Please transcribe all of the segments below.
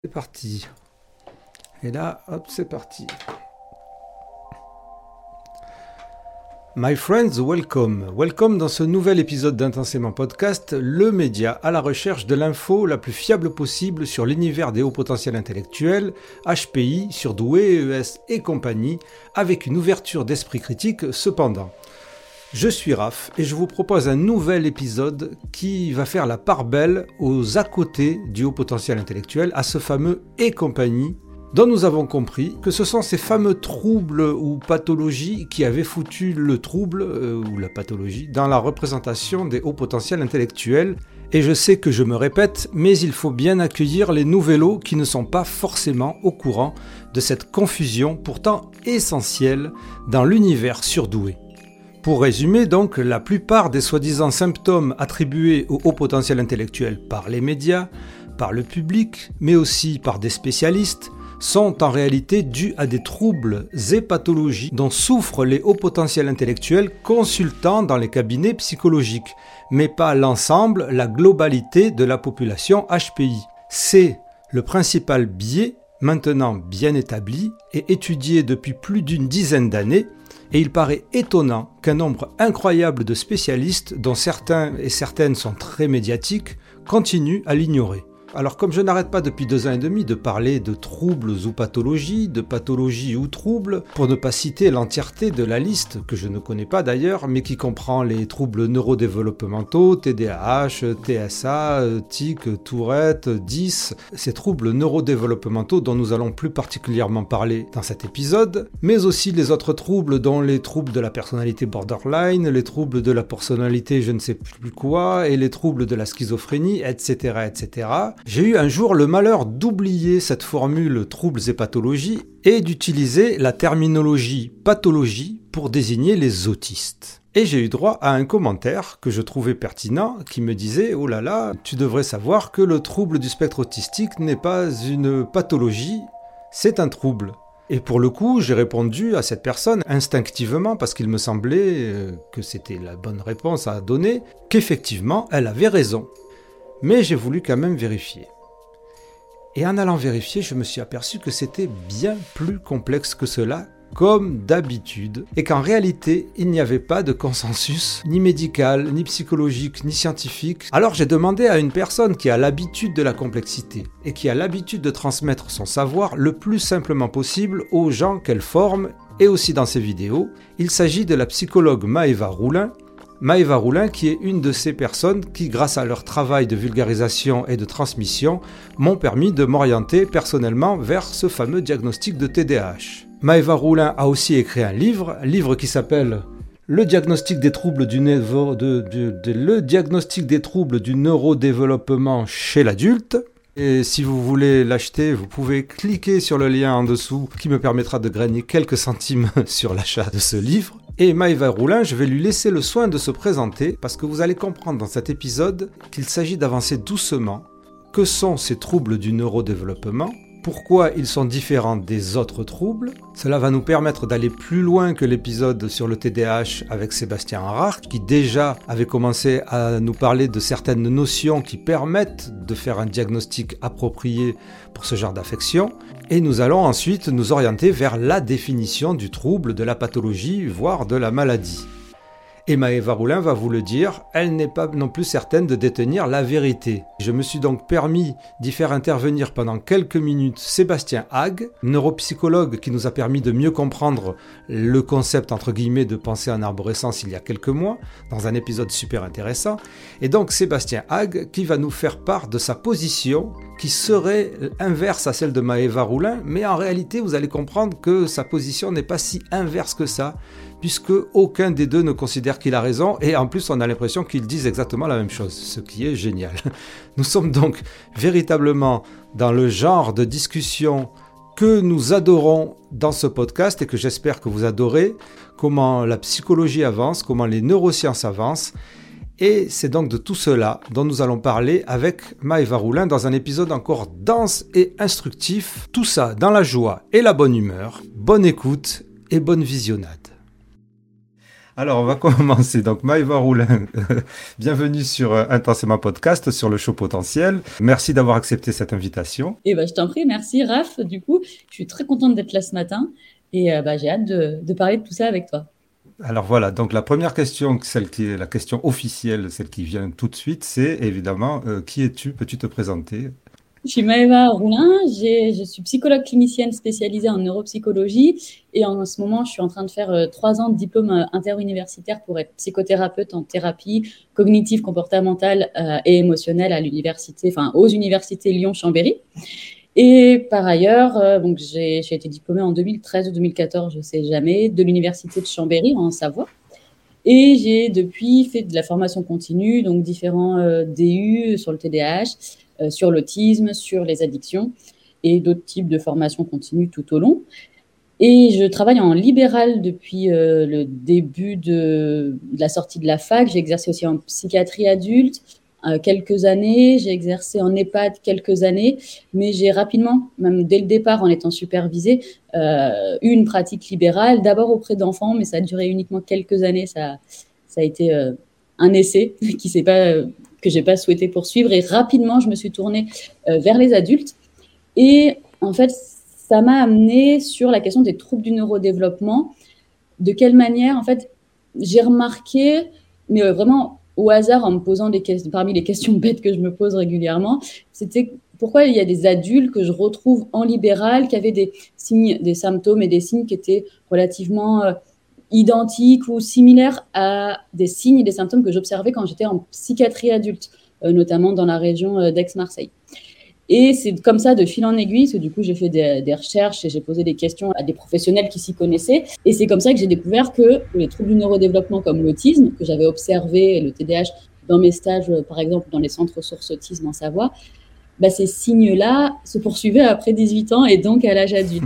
C'est parti. Et là, hop, c'est parti. My friends, welcome. Welcome dans ce nouvel épisode d'Intensément Podcast, le média à la recherche de l'info la plus fiable possible sur l'univers des hauts potentiels intellectuels, HPI, surdoués, ES et compagnie, avec une ouverture d'esprit critique cependant. Je suis Raph et je vous propose un nouvel épisode qui va faire la part belle aux à côté du haut potentiel intellectuel, à ce fameux et compagnie, dont nous avons compris que ce sont ces fameux troubles ou pathologies qui avaient foutu le trouble ou la pathologie dans la représentation des hauts potentiels intellectuels. Et je sais que je me répète, mais il faut bien accueillir les nouvellos qui ne sont pas forcément au courant de cette confusion pourtant essentielle dans l'univers surdoué. Pour résumer donc, la plupart des soi-disant symptômes attribués au haut potentiel intellectuel par les médias, par le public, mais aussi par des spécialistes, sont en réalité dus à des troubles et pathologies dont souffrent les hauts potentiels intellectuels consultant dans les cabinets psychologiques, mais pas l'ensemble, la globalité de la population HPI. C'est le principal biais, maintenant bien établi et étudié depuis plus d'une dizaine d'années, et il paraît étonnant qu'un nombre incroyable de spécialistes, dont certains et certaines sont très médiatiques, continuent à l'ignorer. Alors comme je n'arrête pas depuis 2 ans et demi de parler de troubles ou pathologies, de pathologies ou troubles, pour ne pas citer l'entièreté de la liste, que je ne connais pas d'ailleurs, mais qui comprend les troubles neurodéveloppementaux, TDAH, TSA, TIC, Tourette, 10, ces troubles neurodéveloppementaux dont nous allons plus particulièrement parler dans cet épisode, mais aussi les autres troubles dont les troubles de la personnalité borderline, les troubles de la personnalité je ne sais plus quoi, et les troubles de la schizophrénie, etc., etc. J'ai eu un jour le malheur d'oublier cette formule troubles et pathologies et d'utiliser la terminologie pathologie pour désigner les autistes. Et j'ai eu droit à un commentaire que je trouvais pertinent qui me disait « Oh là là, tu devrais savoir que le trouble du spectre autistique n'est pas une pathologie, c'est un trouble ». Et pour le coup, j'ai répondu à cette personne instinctivement parce qu'il me semblait que c'était la bonne réponse à donner, qu'effectivement, elle avait raison. Mais j'ai voulu quand même vérifier. Et en allant vérifier, je me suis aperçu que c'était bien plus complexe que cela, comme d'habitude, et qu'en réalité, il n'y avait pas de consensus, ni médical, ni psychologique, ni scientifique. Alors j'ai demandé à une personne qui a l'habitude de la complexité, et qui a l'habitude de transmettre son savoir le plus simplement possible aux gens qu'elle forme, et aussi dans ses vidéos. Il s'agit de la psychologue Maëva Roulin, qui est une de ces personnes qui, grâce à leur travail de vulgarisation et de transmission, m'ont permis de m'orienter personnellement vers ce fameux diagnostic de TDAH. Maëva Roulin a aussi écrit un livre qui s'appelle Le diagnostic des troubles du neurodéveloppement chez l'adulte. Et si vous voulez l'acheter, vous pouvez cliquer sur le lien en dessous qui me permettra de gagner quelques centimes sur l'achat de ce livre. Et Maëva Roulin, je vais lui laisser le soin de se présenter parce que vous allez comprendre dans cet épisode qu'il s'agit d'avancer doucement. Que sont ces troubles du neurodéveloppement ? Pourquoi ils sont différents des autres troubles? Cela va nous permettre d'aller plus loin que l'épisode sur le TDAH avec Sébastien Harart, qui déjà avait commencé à nous parler de certaines notions qui permettent de faire un diagnostic approprié pour ce genre d'affection. Et nous allons ensuite nous orienter vers la définition du trouble, de la pathologie, voire de la maladie. Et Maëva Roulin va vous le dire, elle n'est pas non plus certaine de détenir la vérité. Je me suis donc permis d'y faire intervenir pendant quelques minutes Sébastien Hague, neuropsychologue qui nous a permis de mieux comprendre le concept entre guillemets de pensée en arborescence il y a quelques mois, dans un épisode super intéressant. Et donc Sébastien Hague qui va nous faire part de sa position qui serait inverse à celle de Maëva Roulin, mais en réalité vous allez comprendre que sa position n'est pas si inverse que ça, puisque aucun des deux ne considère qu'il a raison, et en plus on a l'impression qu'ils disent exactement la même chose, ce qui est génial. Nous sommes donc véritablement dans le genre de discussion que nous adorons dans ce podcast, et que j'espère que vous adorez, comment la psychologie avance, comment les neurosciences avancent, et c'est donc de tout cela dont nous allons parler avec Maëva Roulin dans un épisode encore dense et instructif, tout ça dans la joie et la bonne humeur. Bonne écoute et bonne visionnade. Alors, on va commencer. Donc, Maëva Roulin, bienvenue sur Intensément Podcast, sur le show Potentiel. Merci d'avoir accepté cette invitation. Et je t'en prie, merci Raph. Du coup, je suis très contente d'être là ce matin et j'ai hâte de parler de tout ça avec toi. Alors voilà, donc la première question, celle qui est la question officielle, celle qui vient tout de suite, c'est évidemment qui es-tu? Peux-tu te présenter? Je suis Maëva Roulin, je suis psychologue clinicienne spécialisée en neuropsychologie et en ce moment, je suis en train de faire 3 ans de diplôme interuniversitaire pour être psychothérapeute en thérapie cognitive, comportementale et émotionnelle à l'université, enfin aux universités Lyon-Chambéry. Et par ailleurs, donc j'ai été diplômée en 2013 ou 2014, je ne sais jamais, de l'université de Chambéry en Savoie. Et j'ai depuis fait de la formation continue, donc différents DU sur le TDAH, sur l'autisme, sur les addictions et d'autres types de formations continues tout au long. Et je travaille en libéral depuis le début de la sortie de la fac. J'ai exercé aussi en psychiatrie adulte quelques années. J'ai exercé en EHPAD quelques années. Mais j'ai rapidement, même dès le départ en étant supervisée, eu une pratique libérale, d'abord auprès d'enfants, mais ça a duré uniquement quelques années. Ça a été un essai que je n'ai pas souhaité poursuivre. Et rapidement, je me suis tournée vers les adultes. Et en fait, ça m'a amenée sur la question des troubles du neurodéveloppement. De quelle manière, en fait, j'ai remarqué, mais vraiment au hasard, en me posant parmi les questions bêtes que je me pose régulièrement, c'était pourquoi il y a des adultes que je retrouve en libéral qui avaient des signes, des symptômes et des signes qui étaient relativement identiques ou similaires à des signes et des symptômes que j'observais quand j'étais en psychiatrie adulte, notamment dans la région d'Aix-Marseille. Et c'est comme ça, de fil en aiguille, parce que du coup, j'ai fait des recherches et j'ai posé des questions à des professionnels qui s'y connaissaient. Et c'est comme ça que j'ai découvert que les troubles du neurodéveloppement comme l'autisme, que j'avais observé, et le TDAH, dans mes stages, par exemple, dans les centres ressources autisme en Savoie, ces signes-là se poursuivaient après 18 ans et donc à l'âge adulte.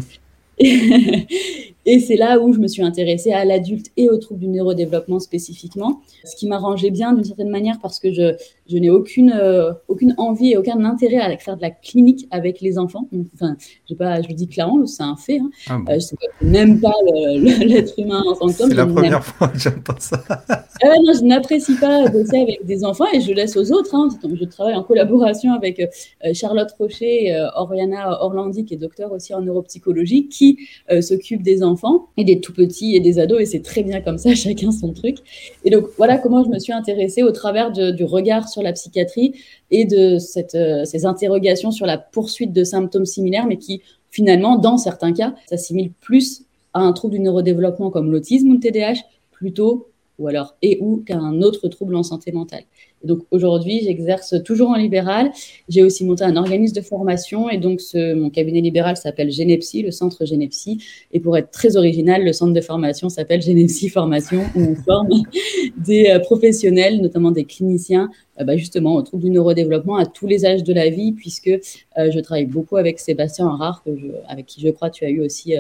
Et c'est là où je me suis intéressée à l'adulte et aux troubles du neurodéveloppement spécifiquement, ce qui m'arrangeait bien d'une certaine manière parce que je n'ai aucune envie et aucun intérêt à faire de la clinique avec les enfants. Enfin, je le dis clairement, c'est un fait. Ah bon. Je n'aime pas l'être humain en tant que tel. C'est la première fois que j'entends ça. Non, je n'apprécie pas bosser avec des enfants et je laisse aux autres. Donc, je travaille en collaboration avec Charlotte Rocher et Oriana Orlandi, qui est docteur aussi en neuropsychologie, qui s'occupe des enfants et des tout petits et des ados, et c'est très bien comme ça, chacun son truc. Et donc voilà comment je me suis intéressée au travers du regard sur la psychiatrie et de ces interrogations sur la poursuite de symptômes similaires, mais qui finalement, dans certains cas, s'assimilent plus à un trouble du neurodéveloppement comme l'autisme ou le TDAH, plutôt ou qu'à un autre trouble en santé mentale. Et donc aujourd'hui, j'exerce toujours en libéral. J'ai aussi monté un organisme de formation et donc mon cabinet libéral s'appelle Genepsy, le centre Genepsy. Et pour être très original, le centre de formation s'appelle Genepsy Formation, où on forme des professionnels, notamment des cliniciens, justement au trouble du neurodéveloppement à tous les âges de la vie, puisque je travaille beaucoup avec Sébastien Harard, avec qui je crois tu as eu aussi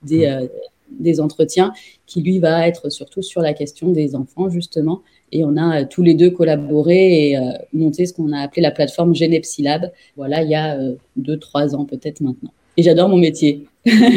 des entretiens, qui lui va être surtout sur la question des enfants justement, et on a tous les deux collaboré et monté ce qu'on a appelé la plateforme Genepsy Lab, voilà, il y a 2-3 ans peut-être maintenant, et j'adore mon métier.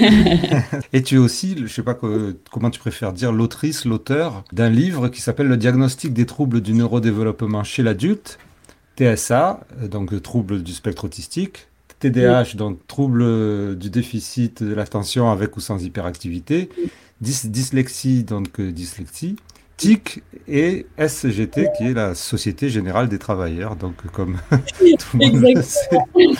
Et tu es aussi, je ne sais pas comment tu préfères dire, l'auteur d'un livre qui s'appelle Le diagnostic des troubles du neurodéveloppement chez l'adulte, TSA, donc trouble du spectre autistique, TDAH, donc trouble du déficit de l'attention avec ou sans hyperactivité, dyslexie, donc dyslexie, TIC et SGT, qui est la Société Générale des Travailleurs, donc comme tout le monde le sait.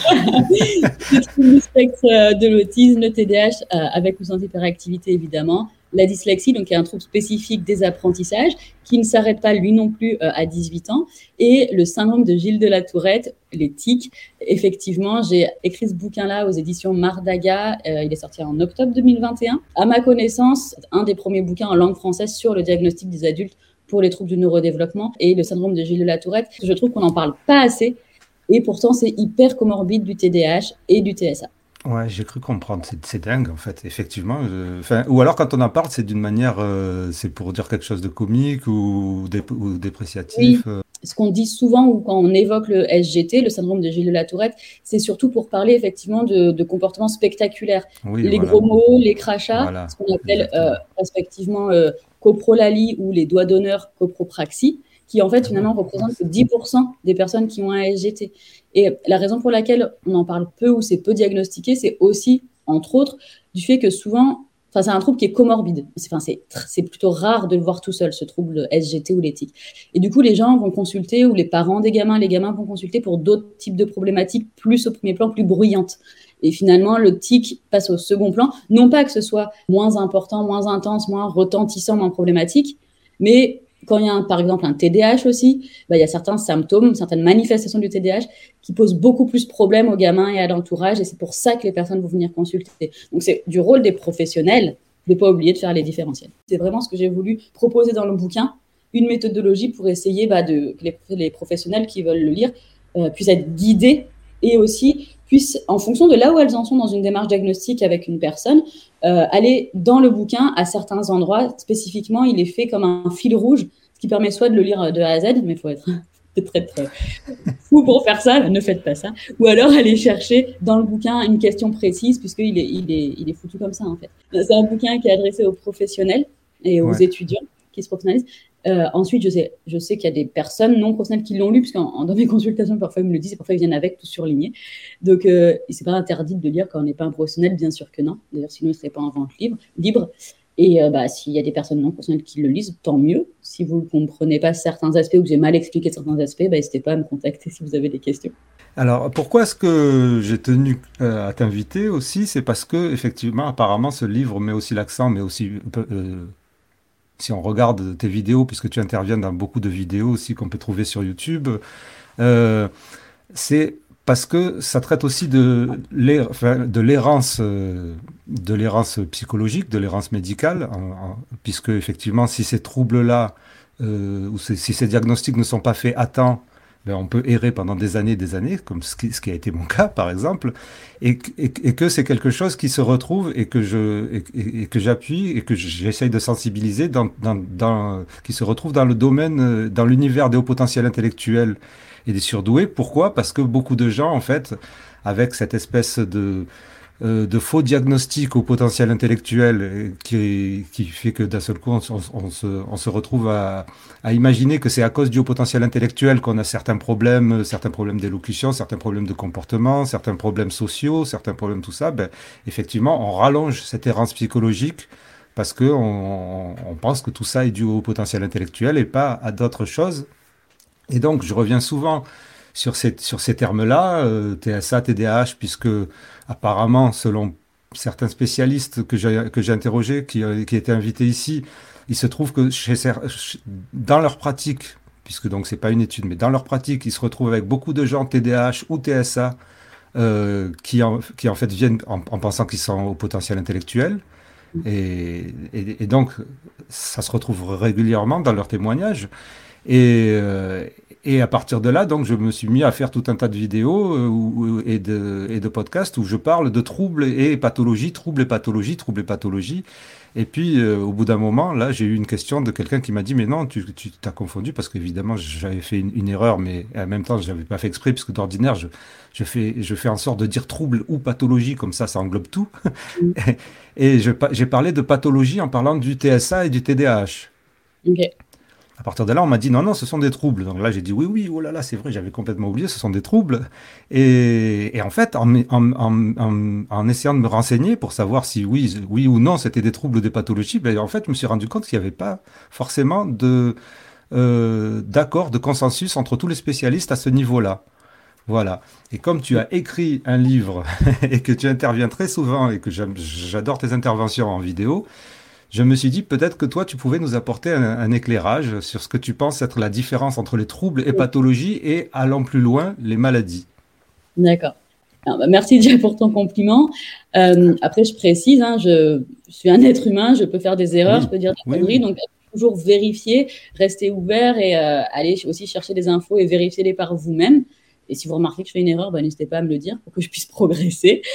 Le trouble du spectre de l'autisme, le TDAH avec ou sans hyperactivité évidemment, la dyslexie, donc qui est un trouble spécifique des apprentissages, qui ne s'arrête pas lui non plus à 18 ans, et le syndrome de Gilles de la Tourette, les TIC. Effectivement, j'ai écrit ce bouquin-là aux éditions Mardaga, il est sorti en octobre 2021. À ma connaissance, un des premiers bouquins en langue française sur le diagnostic des adultes pour les troubles du neurodéveloppement et le syndrome de Gilles de la Tourette. Je trouve qu'on n'en parle pas assez, et pourtant c'est hyper comorbide du TDAH et du TSA. Ouais, j'ai cru comprendre. C'est dingue, en fait, effectivement. Enfin, ou alors, quand on en parle, c'est d'une manière, c'est pour dire quelque chose de comique ou Oui, dépréciatif. ce qu'on dit souvent ou quand on évoque le SGT, le syndrome de Gilles de la Tourette, c'est surtout pour parler effectivement de comportements spectaculaires. Oui, Les gros voilà, mots, les crachats, ce voilà, qu'on appelle exactement. respectivement coprolalie ou les doigts d'honneur copropraxie, qui en fait Ah ouais, finalement représentent que 10% des personnes qui ont un SGT. Et la raison pour laquelle on en parle peu ou c'est peu diagnostiqué, c'est aussi, entre autres, du fait que souvent, enfin, c'est un trouble qui est comorbide. Enfin, c'est plutôt rare de le voir tout seul, ce trouble SGT ou l'éthique. Et du coup, les gens vont consulter, ou les parents des gamins, les gamins vont consulter pour d'autres types de problématiques, plus au premier plan, plus bruyantes. Et finalement, le tic passe au second plan. Non pas que ce soit moins important, moins intense, moins retentissant, moins problématique, mais quand il y a, par exemple, un TDAH aussi, il y a certains symptômes, certaines manifestations du TDAH qui posent beaucoup plus de problèmes aux gamins et à l'entourage. Et c'est pour ça que les personnes vont venir consulter. Donc, c'est du rôle des professionnels de ne pas oublier de faire les différentiels. C'est vraiment ce que j'ai voulu proposer dans le bouquin, une méthodologie pour essayer que les professionnels qui veulent le lire puissent être guidés et aussi puissent, en fonction de là où elles en sont dans une démarche diagnostique avec une personne, aller dans le bouquin à certains endroits. Spécifiquement, il est fait comme un fil rouge, ce qui permet soit de le lire de A à Z, mais il faut être très fou pour faire ça, ne faites pas ça. Ou alors aller chercher dans le bouquin une question précise, puisqu'il est foutu comme ça en fait. C'est un bouquin qui est adressé aux professionnels et aux ouais. étudiants qui se professionnalisent. Ensuite, je sais qu'il y a des personnes non professionnelles qui l'ont lu, puisqu'en dans mes consultations, parfois ils me le disent, et parfois ils viennent avec tout surligné. Donc, c'est pas interdit de lire quand on n'est pas un professionnel, bien sûr que non. D'ailleurs, sinon, il ne serait pas en vente libre. Et s'il y a des personnes non professionnelles qui le lisent, tant mieux. Si vous ne comprenez pas certains aspects ou que j'ai mal expliqué certains aspects, n'hésitez pas à me contacter si vous avez des questions. Alors, pourquoi est-ce que j'ai tenu à t'inviter aussi? C'est parce que, effectivement, apparemment, ce livre met aussi l'accent, mais aussi, si on regarde tes vidéos, puisque tu interviens dans beaucoup de vidéos aussi qu'on peut trouver sur YouTube, euh, c'est parce que ça traite aussi enfin, de l'errance psychologique, de l'errance médicale, puisque effectivement, si ces troubles-là, ou si ces diagnostics ne sont pas faits à temps, ben, on peut errer pendant des années, comme ce qui a été mon cas, par exemple, et que c'est quelque chose qui se retrouve et que j'appuie et que j'essaye de sensibiliser qui se retrouve dans le domaine, dans l'univers des hauts potentiels intellectuels et des surdoués. Pourquoi? Parce que beaucoup de gens, en fait, avec cette espèce de faux diagnostic au potentiel intellectuel qui fait que d'un seul coup, on se retrouve à imaginer que c'est à cause du haut potentiel intellectuel qu'on a certains problèmes d'élocution, certains problèmes de comportement, certains problèmes sociaux, certains problèmes tout ça. Ben, effectivement, on rallonge cette errance psychologique parce on pense que tout ça est dû au potentiel intellectuel et pas à d'autres choses. Et donc, je reviens souvent sur ces termes-là, TSA, TDAH, puisque apparemment, selon certains spécialistes que j'ai interrogés, qui étaient invités ici, il se trouve que dans leur pratique, puisque donc c'est pas une étude, mais dans leur pratique, ils se retrouvent avec beaucoup de gens TDAH ou TSA qui en fait viennent en pensant qu'ils sont au potentiel intellectuel. Et donc, ça se retrouve régulièrement dans leurs témoignages. Et, euh, et à partir de là, donc, je me suis mis à faire tout un tas de vidéos et de podcasts où je parle de troubles et pathologies, troubles et pathologies, troubles et pathologies. Et puis, au bout d'un moment, là, j'ai eu une question de quelqu'un qui m'a dit, mais non, tu t'as confondu, parce qu'évidemment, j'avais fait une erreur, mais en même temps, je n'avais pas fait exprès, puisque d'ordinaire, je fais en sorte de dire trouble ou pathologie, comme ça englobe tout. Et j'ai parlé de pathologie en parlant du TSA et du TDAH. Ok. À partir de là, on m'a dit non, non, ce sont des troubles. Donc là, j'ai dit oui, oui, oh là là, c'est vrai, j'avais complètement oublié, ce sont des troubles. Et en fait, en essayant de me renseigner pour savoir si oui ou non c'était des troubles ou des pathologies, ben, en fait, je me suis rendu compte qu'il n'y avait pas forcément d'accord, de consensus entre tous les spécialistes à ce niveau-là. Voilà. Et comme tu as écrit un livre et que tu interviens très souvent et que j'adore tes interventions en vidéo, je me suis dit peut-être que toi, tu pouvais nous apporter un éclairage sur ce que tu penses être la différence entre les troubles et pathologies et, allant plus loin, les maladies. D'accord. Alors, merci déjà pour ton compliment. Après, je précise, hein, je suis un être humain, je peux faire des erreurs, je Oui, peux dire des oui, conneries, oui. donc toujours vérifier, rester ouvert et aller aussi chercher des infos et vérifier-les par vous-même. Et si vous remarquez que je fais une erreur, n'hésitez pas à me le dire pour que je puisse progresser.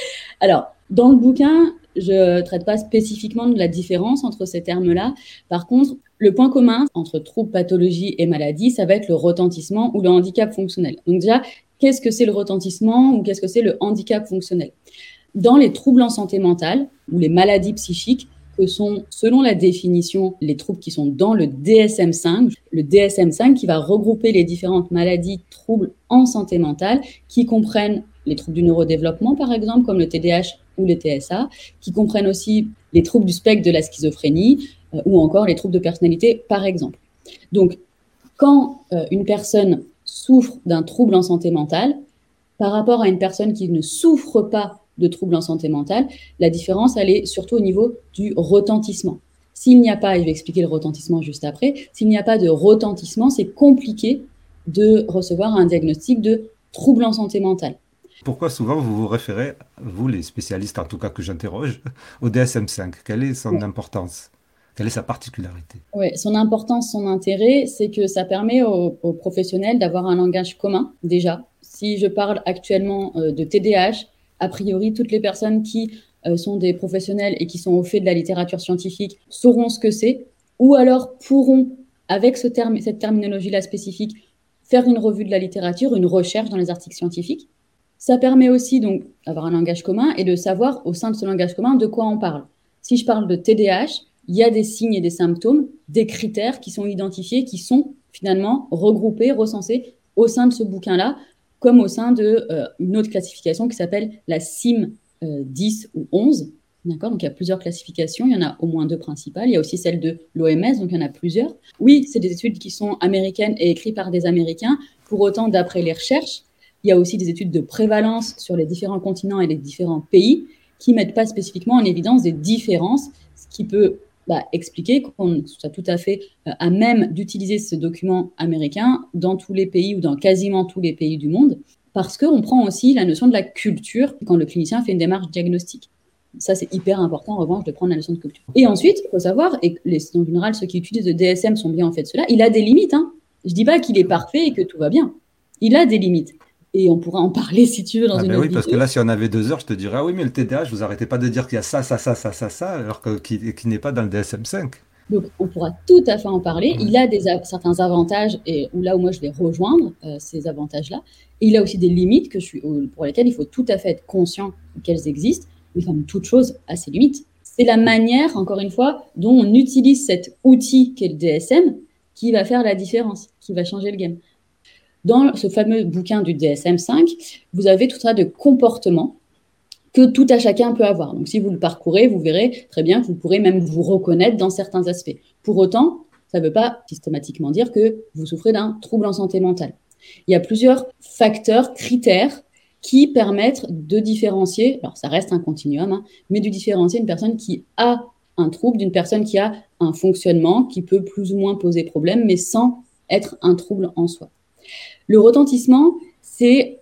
Alors, dans le bouquin, je ne traite pas spécifiquement de la différence entre ces termes-là. Par contre, le point commun entre troubles, pathologies et maladies, ça va être le retentissement ou le handicap fonctionnel. Donc déjà, qu'est-ce que c'est le retentissement ou qu'est-ce que c'est le handicap fonctionnel? Dans les troubles en santé mentale ou les maladies psychiques, que sont, selon la définition, les troubles qui sont dans le DSM-5, le DSM-5 qui va regrouper les différentes maladies, troubles en santé mentale, qui comprennent les troubles du neurodéveloppement, par exemple, comme le TDAH ou le TSA, qui comprennent aussi les troubles du spectre de la schizophrénie ou encore les troubles de personnalité, par exemple. Donc, quand une personne souffre d'un trouble en santé mentale, par rapport à une personne qui ne souffre pas de troubles en santé mentale, la différence, elle est surtout au niveau du retentissement. S'il n'y a pas, et je vais expliquer le retentissement juste après, s'il n'y a pas de retentissement, c'est compliqué de recevoir un diagnostic de trouble en santé mentale. Pourquoi souvent vous vous référez, vous les spécialistes en tout cas que j'interroge, au DSM-5? Quelle est son importance? Quelle est sa particularité? Oui, son importance, son intérêt, c'est que ça permet aux professionnels d'avoir un langage commun, déjà. Si je parle actuellement de TDAH, a priori, toutes les personnes qui sont des professionnels et qui sont au fait de la littérature scientifique sauront ce que c'est, ou alors pourront, avec cette terminologie-là spécifique, faire une revue de la littérature, une recherche dans les articles scientifiques. Ça permet aussi donc d'avoir un langage commun et de savoir au sein de ce langage commun de quoi on parle. Si je parle de TDAH, il y a des signes et des symptômes, des critères qui sont identifiés, qui sont finalement regroupés, recensés au sein de ce bouquin-là, comme au sein d'une autre classification qui s'appelle la CIM 10 ou 11. D'accord, donc il y a plusieurs classifications, il y en a au moins 2 principales, il y a aussi celle de l'OMS, donc il y en a plusieurs. Oui, c'est des études qui sont américaines et écrites par des Américains, pour autant d'après les recherches, il y a aussi des études de prévalence sur les différents continents et les différents pays qui ne mettent pas spécifiquement en évidence des différences, ce qui peut expliquer qu'on soit tout à fait à même d'utiliser ce document américain dans tous les pays ou dans quasiment tous les pays du monde, parce qu'on prend aussi la notion de la culture quand le clinicien fait une démarche diagnostique. Ça, c'est hyper important, en revanche, de prendre la notion de culture. Et ensuite, il faut savoir, et en général, ceux qui utilisent le DSM sont bien en fait cela, il a des limites. Je ne dis pas qu'il est parfait et que tout va bien. Il a des limites. Et on pourra en parler si tu veux dans une autre vidéo. Parce que là, si on avait 2 heures, je te dirais, ah oui, mais le TDAH, vous arrêtez pas de dire qu'il y a ça, alors qu'il n'est pas dans le DSM-5. Donc, on pourra tout à fait en parler. Il a certains avantages, et là où moi je vais rejoindre ces avantages-là. Et il a aussi des limites pour lesquelles il faut tout à fait être conscient qu'elles existent, mais comme toute chose a ses limites. C'est la manière, encore une fois, dont on utilise cet outil qu'est le DSM qui va faire la différence, qui va changer le game. Dans ce fameux bouquin du DSM-5, vous avez tout ça de comportements que tout à chacun peut avoir. Donc, si vous le parcourez, vous verrez très bien que vous pourrez même vous reconnaître dans certains aspects. Pour autant, ça ne veut pas systématiquement dire que vous souffrez d'un trouble en santé mentale. Il y a plusieurs facteurs, critères qui permettent de différencier, alors ça reste un continuum, mais de différencier une personne qui a un trouble d'une personne qui a un fonctionnement qui peut plus ou moins poser problème, mais sans être un trouble en soi. Le retentissement, c'est,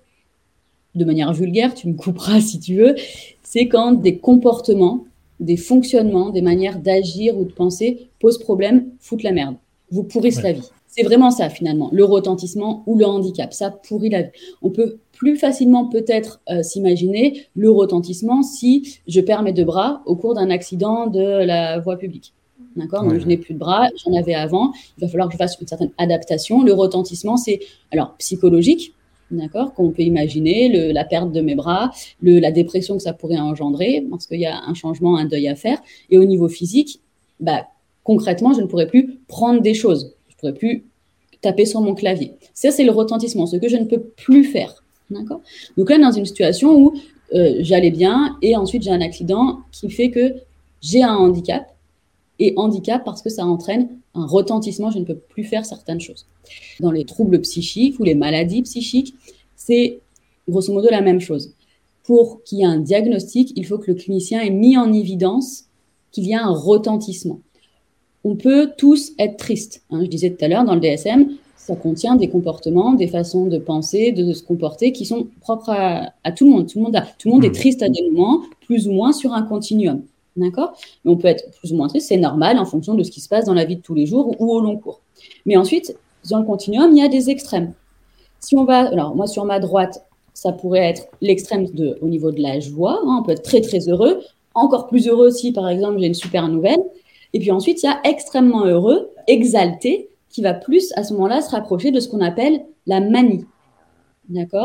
de manière vulgaire, tu me couperas si tu veux, c'est quand des comportements, des fonctionnements, des manières d'agir ou de penser posent problème, foutent la merde, vous pourrissent la vie. C'est vraiment ça finalement, le retentissement ou le handicap, ça pourrit la vie. On peut plus facilement peut-être s'imaginer le retentissement si je perds mes 2 bras au cours d'un accident de la voie publique. D'accord, donc je n'ai plus de bras, j'en avais avant, il va falloir que je fasse une certaine adaptation. Le retentissement, c'est alors psychologique, d'accord, qu'on peut imaginer, la perte de mes bras, la dépression que ça pourrait engendrer, parce qu'il y a un changement, un deuil à faire. Et au niveau physique, concrètement, je ne pourrais plus prendre des choses, je ne pourrais plus taper sur mon clavier. Ça, c'est le retentissement, ce que je ne peux plus faire. D'accord, donc là, dans une situation où j'allais bien et ensuite j'ai un accident qui fait que j'ai un handicap. Et handicap parce que ça entraîne un retentissement, je ne peux plus faire certaines choses. Dans les troubles psychiques ou les maladies psychiques, c'est grosso modo la même chose. Pour qu'il y ait un diagnostic, il faut que le clinicien ait mis en évidence qu'il y a un retentissement. On peut tous être tristes. Je disais tout à l'heure, dans le DSM, ça contient des comportements, des façons de penser, de se comporter qui sont propres à tout le monde. Tout le monde est triste à des moments, plus ou moins sur un continuum. D'accord ? Mais on peut être plus ou moins triste, c'est normal en fonction de ce qui se passe dans la vie de tous les jours ou au long cours. Mais ensuite, dans le continuum, il y a des extrêmes. Si on va, alors moi sur ma droite, ça pourrait être l'extrême au niveau de la joie. On peut être très, très heureux. Encore plus heureux si, par exemple, j'ai une super nouvelle. Et puis ensuite, il y a extrêmement heureux, exalté, qui va plus, à ce moment-là, se rapprocher de ce qu'on appelle la manie. D'accord ?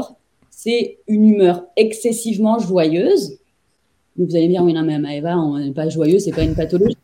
C'est une humeur excessivement joyeuse. Donc, vous allez me dire, oui, non, mais Maëva, on n'est pas joyeux, c'est pas une pathologie.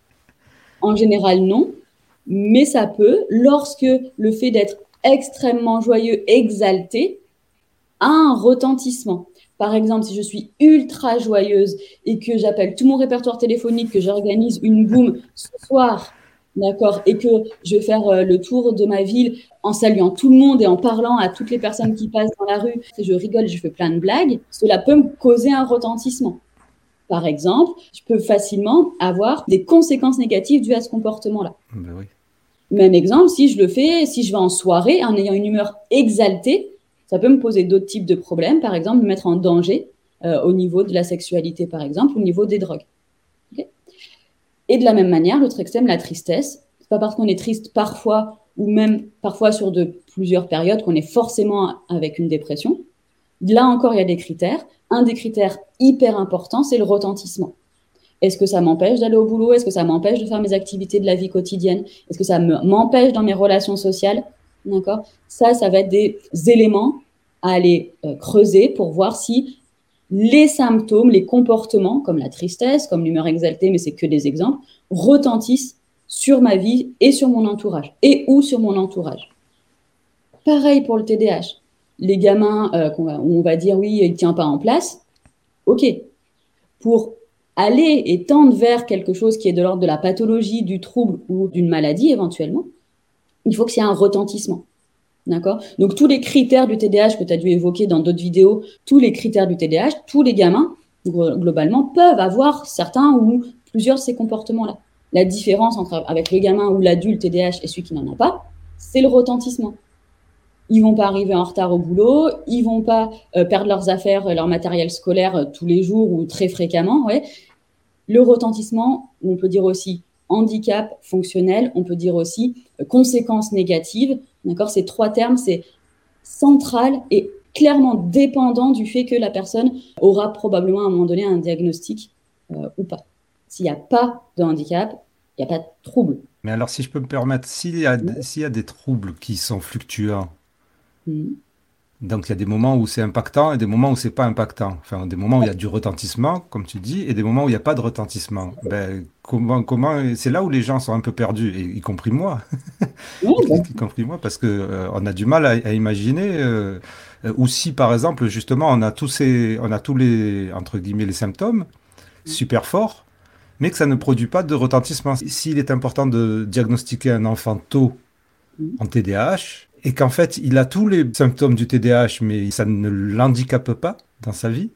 En général, non. Mais ça peut, lorsque le fait d'être extrêmement joyeux, exalté, a un retentissement. Par exemple, si je suis ultra joyeuse et que j'appelle tout mon répertoire téléphonique, que j'organise une boum ce soir, d'accord, et que je vais faire le tour de ma ville en saluant tout le monde et en parlant à toutes les personnes qui passent dans la rue, et je rigole, je fais plein de blagues, cela peut me causer un retentissement. Par exemple, je peux facilement avoir des conséquences négatives dues à ce comportement-là. Ben oui. Même exemple, si je vais en soirée en ayant une humeur exaltée, ça peut me poser d'autres types de problèmes, par exemple, me mettre en danger au niveau de la sexualité, par exemple, au niveau des drogues. Okay ? Et de la même manière, l'autre extrême, la tristesse. C'est pas parce qu'on est triste parfois, ou même parfois sur plusieurs périodes, qu'on est forcément avec une dépression. Là encore, il y a des critères. Un des critères hyper importants, c'est le retentissement. Est-ce que ça m'empêche d'aller au boulot ? Est-ce que ça m'empêche de faire mes activités de la vie quotidienne ? Est-ce que ça m'empêche dans mes relations sociales ? D'accord ? Ça va être des éléments à aller creuser pour voir si les symptômes, les comportements, comme la tristesse, comme l'humeur exaltée, mais c'est que des exemples, retentissent sur ma vie et sur mon entourage, et ou sur mon entourage. Pareil pour le TDAH. Les gamins, on va dire, oui, il ne tient pas en place. OK. Pour aller et tendre vers quelque chose qui est de l'ordre de la pathologie, du trouble ou d'une maladie éventuellement, il faut qu'il y ait un retentissement. D'accord ? Donc, tous les critères du TDAH que tu as dû évoquer dans d'autres vidéos, tous les critères du TDAH, tous les gamins, globalement, peuvent avoir certains ou plusieurs de ces comportements-là. La différence avec le gamin ou l'adulte TDAH et celui qui n'en a pas, c'est le retentissement. Ils ne vont pas arriver en retard au boulot, ils ne vont pas perdre leurs affaires, leur matériel scolaire tous les jours ou très fréquemment. Ouais. Le retentissement, on peut dire aussi handicap fonctionnel, on peut dire aussi conséquences négatives. D'accord ? Ces trois termes, c'est central et clairement dépendant du fait que la personne aura probablement à un moment donné un diagnostic ou pas. S'il n'y a pas de handicap, il n'y a pas de trouble. Mais alors, si je peux me permettre, s'il y a des troubles qui sont fluctuants, donc il y a des moments où c'est impactant et des moments où c'est pas impactant. Enfin, des moments où il y a du retentissement, comme tu dis, et des moments où il n'y a pas de retentissement. Ben, comment, c'est là où les gens sont un peu perdus, et y compris moi. Y compris moi, parce que on a du mal à imaginer. Ou si, par exemple, justement, on a tous les, entre guillemets, les symptômes super forts, mais que ça ne produit pas de retentissement. S'il est important de diagnostiquer un enfant tôt en TDAH, et qu'en fait, il a tous les symptômes du TDAH, mais ça ne l'handicape pas dans sa vie,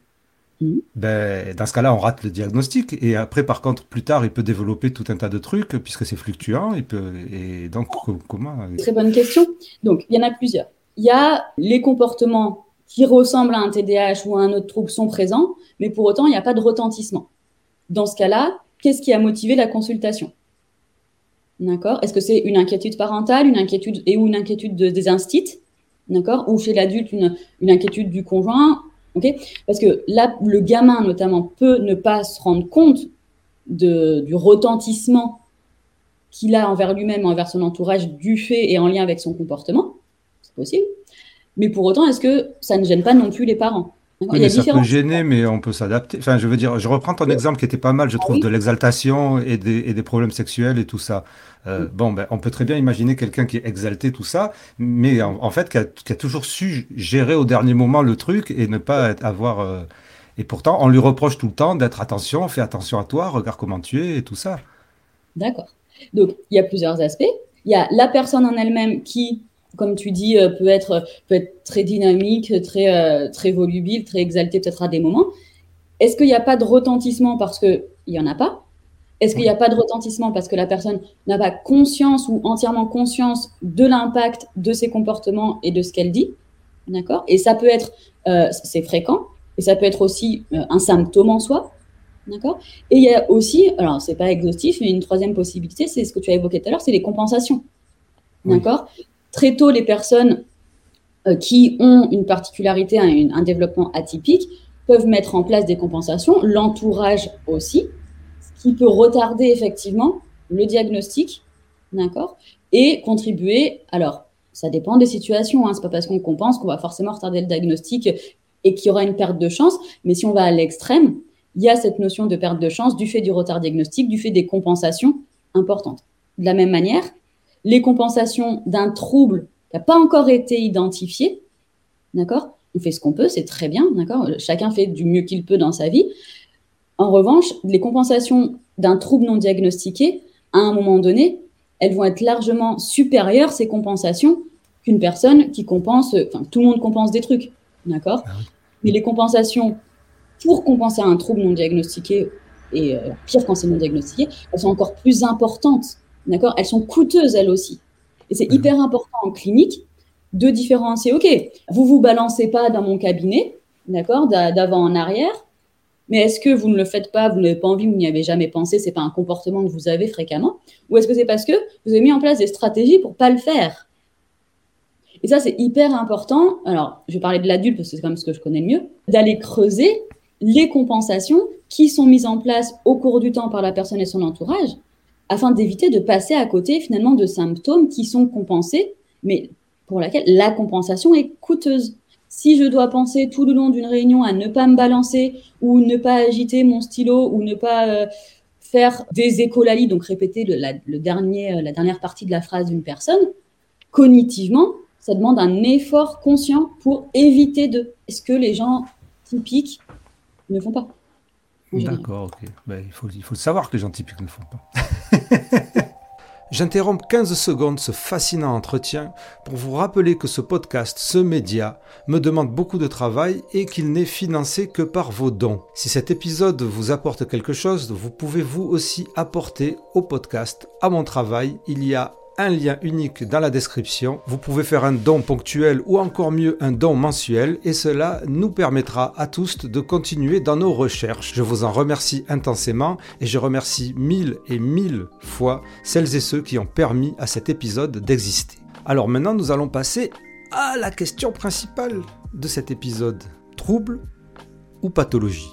ben, dans ce cas-là, on rate le diagnostic. Et après, par contre, plus tard, il peut développer tout un tas de trucs, puisque c'est fluctuant. Et donc, comment... Très bonne question. Donc, il y en a plusieurs. Il y a les comportements qui ressemblent à un TDAH ou à un autre trouble sont présents, mais pour autant, il n'y a pas de retentissement. Dans ce cas-là, qu'est-ce qui a motivé la consultation ? D'accord ? Est-ce que c'est une inquiétude parentale, une inquiétude des instits, d'accord ? Ou chez l'adulte, une inquiétude du conjoint, okay ? Parce que là, le gamin, notamment, peut ne pas se rendre compte du retentissement qu'il a envers lui-même, envers son entourage, du fait et en lien avec son comportement. C'est possible. Mais pour autant, est-ce que ça ne gêne pas non plus les parents ? Oui, mais ça peut gêner, mais on peut s'adapter. Enfin, je veux dire, je reprends ton exemple qui était pas mal, je trouve, de l'exaltation et des problèmes sexuels et tout ça. Bon, ben, on peut très bien imaginer quelqu'un qui est exalté, tout ça, mais en fait, qui a toujours su gérer au dernier moment le truc et ne pas avoir... Et pourtant, on lui reproche tout le temps d'être attention, fais attention à toi, regarde comment tu es et tout ça. D'accord. Donc, il y a plusieurs aspects. Il y a la personne en elle-même qui, comme tu dis, peut être très dynamique, très volubile, très exaltée peut-être à des moments. Est-ce qu'il n'y a pas de retentissement parce qu'il n'y en a pas ? Est-ce qu'il n'y a pas de retentissement parce que la personne n'a pas conscience ou entièrement conscience de l'impact de ses comportements et de ce qu'elle dit ? D'accord ? Et ça peut être, c'est fréquent, et ça peut être aussi un symptôme en soi. D'accord ? Et il y a aussi, alors c'est pas exhaustif, mais une troisième possibilité, c'est ce que tu as évoqué tout à l'heure, c'est les compensations. D'accord ? Très tôt, les personnes qui ont une particularité, un développement atypique, peuvent mettre en place des compensations, l'entourage aussi, ce qui peut retarder effectivement le diagnostic, d'accord, et contribuer. Alors, ça dépend des situations, hein, c'est pas parce qu'on compense qu'on va forcément retarder le diagnostic et qu'il y aura une perte de chance, mais si on va à l'extrême, il y a cette notion de perte de chance du fait du retard diagnostique, du fait des compensations importantes. De la même manière, les compensations d'un trouble qui n'a pas encore été identifié, d'accord, on fait ce qu'on peut, c'est très bien, d'accord, chacun fait du mieux qu'il peut dans sa vie. En revanche, les compensations d'un trouble non diagnostiqué, à un moment donné, elles vont être largement supérieures, ces compensations, qu'une personne qui compense, enfin, tout le monde compense des trucs, d'accord, mais les compensations pour compenser un trouble non diagnostiqué, et pire quand c'est non diagnostiqué, elles sont encore plus importantes, d'accord, elles sont coûteuses elles aussi. Et c'est hyper important en clinique de différencier, ok, vous balancez pas dans mon cabinet, d'accord, d'avant en arrière, mais est-ce que vous ne le faites pas, vous n'avez pas envie, vous n'y avez jamais pensé, c'est pas un comportement que vous avez fréquemment, ou est-ce que c'est parce que vous avez mis en place des stratégies pour pas le faire? Et ça, c'est hyper important. Alors, je vais parler de l'adulte parce que c'est quand même ce que je connais le mieux, d'aller creuser les compensations qui sont mises en place au cours du temps par la personne et son entourage, afin d'éviter de passer à côté finalement de symptômes qui sont compensés, mais pour laquelle la compensation est coûteuse. Si je dois penser tout le long d'une réunion à ne pas me balancer ou ne pas agiter mon stylo ou ne pas faire des écholalies, donc répéter la dernière partie de la phrase d'une personne, cognitivement, ça demande un effort conscient pour éviter de... Ce que les gens typiques ne font pas. D'accord, ok. Ben, il faut savoir que les gens typiques ne le font pas. J'interromps 15 secondes ce fascinant entretien pour vous rappeler que ce podcast, ce média, me demande beaucoup de travail et qu'il n'est financé que par vos dons. Si cet épisode vous apporte quelque chose, vous pouvez vous aussi apporter au podcast, à mon travail. Il y a un lien unique dans la description. Vous pouvez faire un don ponctuel ou encore mieux un don mensuel et cela nous permettra à tous de continuer dans nos recherches. Je vous en remercie intensément et je remercie 1000 et 1000 fois celles et ceux qui ont permis à cet épisode d'exister. Alors maintenant, nous allons passer à la question principale de cet épisode. Trouble ou pathologie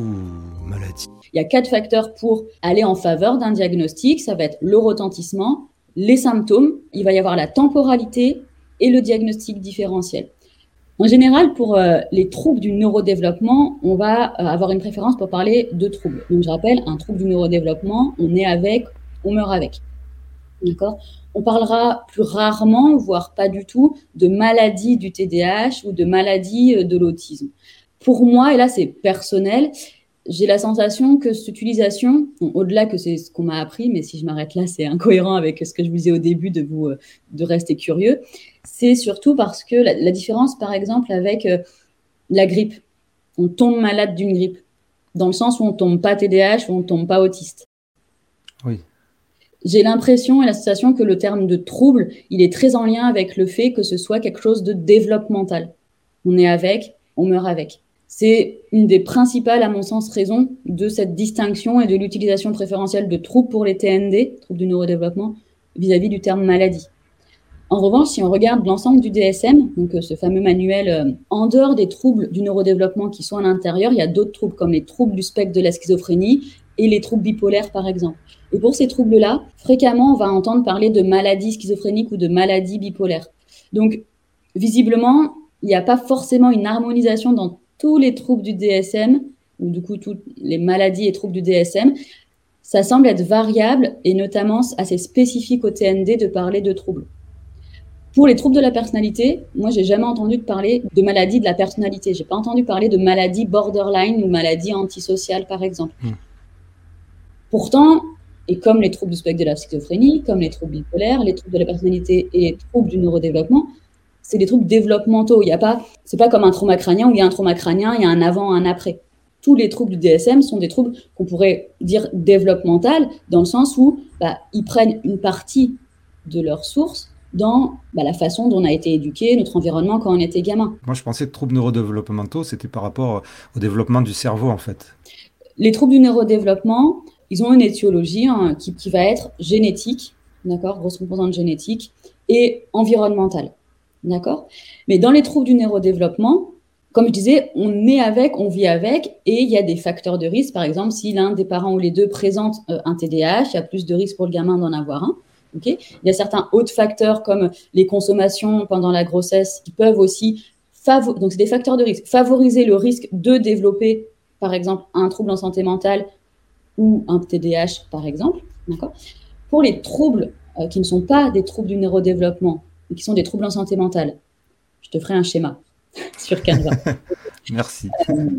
ou maladie? Il y a 4 facteurs pour aller en faveur d'un diagnostic. Ça va être le retentissement, les symptômes, il va y avoir la temporalité et le diagnostic différentiel. En général, pour les troubles du neurodéveloppement, on va avoir une préférence pour parler de troubles. Donc, je rappelle, un trouble du neurodéveloppement, on est avec, on meurt avec. D'accord ? On parlera plus rarement, voire pas du tout, de maladie du TDAH ou de maladie de l'autisme. Pour moi, et là c'est personnel, j'ai la sensation que cette utilisation, au-delà que c'est ce qu'on m'a appris, mais si je m'arrête là, c'est incohérent avec ce que je vous disais au début de rester curieux, c'est surtout parce que la différence, par exemple, avec la grippe, on tombe malade d'une grippe, dans le sens où on ne tombe pas TDAH ou on ne tombe pas autiste. Oui. J'ai l'impression et la sensation que le terme de trouble, il est très en lien avec le fait que ce soit quelque chose de développemental. On est avec, on meurt avec. C'est une des principales, à mon sens, raisons de cette distinction et de l'utilisation préférentielle de troubles pour les TND, troubles du neurodéveloppement, vis-à-vis du terme maladie. En revanche, si on regarde l'ensemble du DSM, donc ce fameux manuel, en dehors des troubles du neurodéveloppement qui sont à l'intérieur, il y a d'autres troubles comme les troubles du spectre de la schizophrénie et les troubles bipolaires, par exemple. Et pour ces troubles-là, fréquemment, on va entendre parler de maladie schizophrénique ou de maladie bipolaire. Donc, visiblement, il n'y a pas forcément une harmonisation dans tous les troubles du DSM, ou du coup toutes les maladies et troubles du DSM. Ça semble être variable et notamment assez spécifique au TND de parler de troubles. Pour les troubles de la personnalité, moi, j'ai jamais entendu parler de maladie de la personnalité. J'ai pas entendu parler de maladie borderline ou maladie antisociale, par exemple. Pourtant, et comme les troubles du spectre de la schizophrénie, comme les troubles bipolaires, les troubles de la personnalité et les troubles du neurodéveloppement, c'est des troubles développementaux. C'est pas comme un trauma crânien où il y a un trauma crânien, il y a un avant, un après. Tous les troubles du DSM sont des troubles qu'on pourrait dire développementaux, dans le sens où ils prennent une partie de leur source dans la façon dont on a été éduqué, notre environnement quand on était gamin. Moi, je pensais que troubles neurodéveloppementaux, c'était par rapport au développement du cerveau, en fait. Les troubles du neurodéveloppement, ils ont une étiologie qui va être génétique, d'accord, grosse composante génétique, et environnementale. D'accord? Mais dans les troubles du neurodéveloppement, comme je disais, on est avec, on vit avec, et il y a des facteurs de risque. Par exemple, si l'un des parents ou les deux présentent un TDAH, il y a plus de risques pour le gamin d'en avoir un. Okay, il y a certains autres facteurs comme les consommations pendant la grossesse qui peuvent aussi, donc c'est des facteurs de risque, favoriser le risque de développer, par exemple, un trouble en santé mentale ou un TDAH, par exemple. D'accord? Pour les troubles qui ne sont pas des troubles du neurodéveloppement, mais qui sont des troubles en santé mentale, je te ferai un schéma sur Canva. Merci.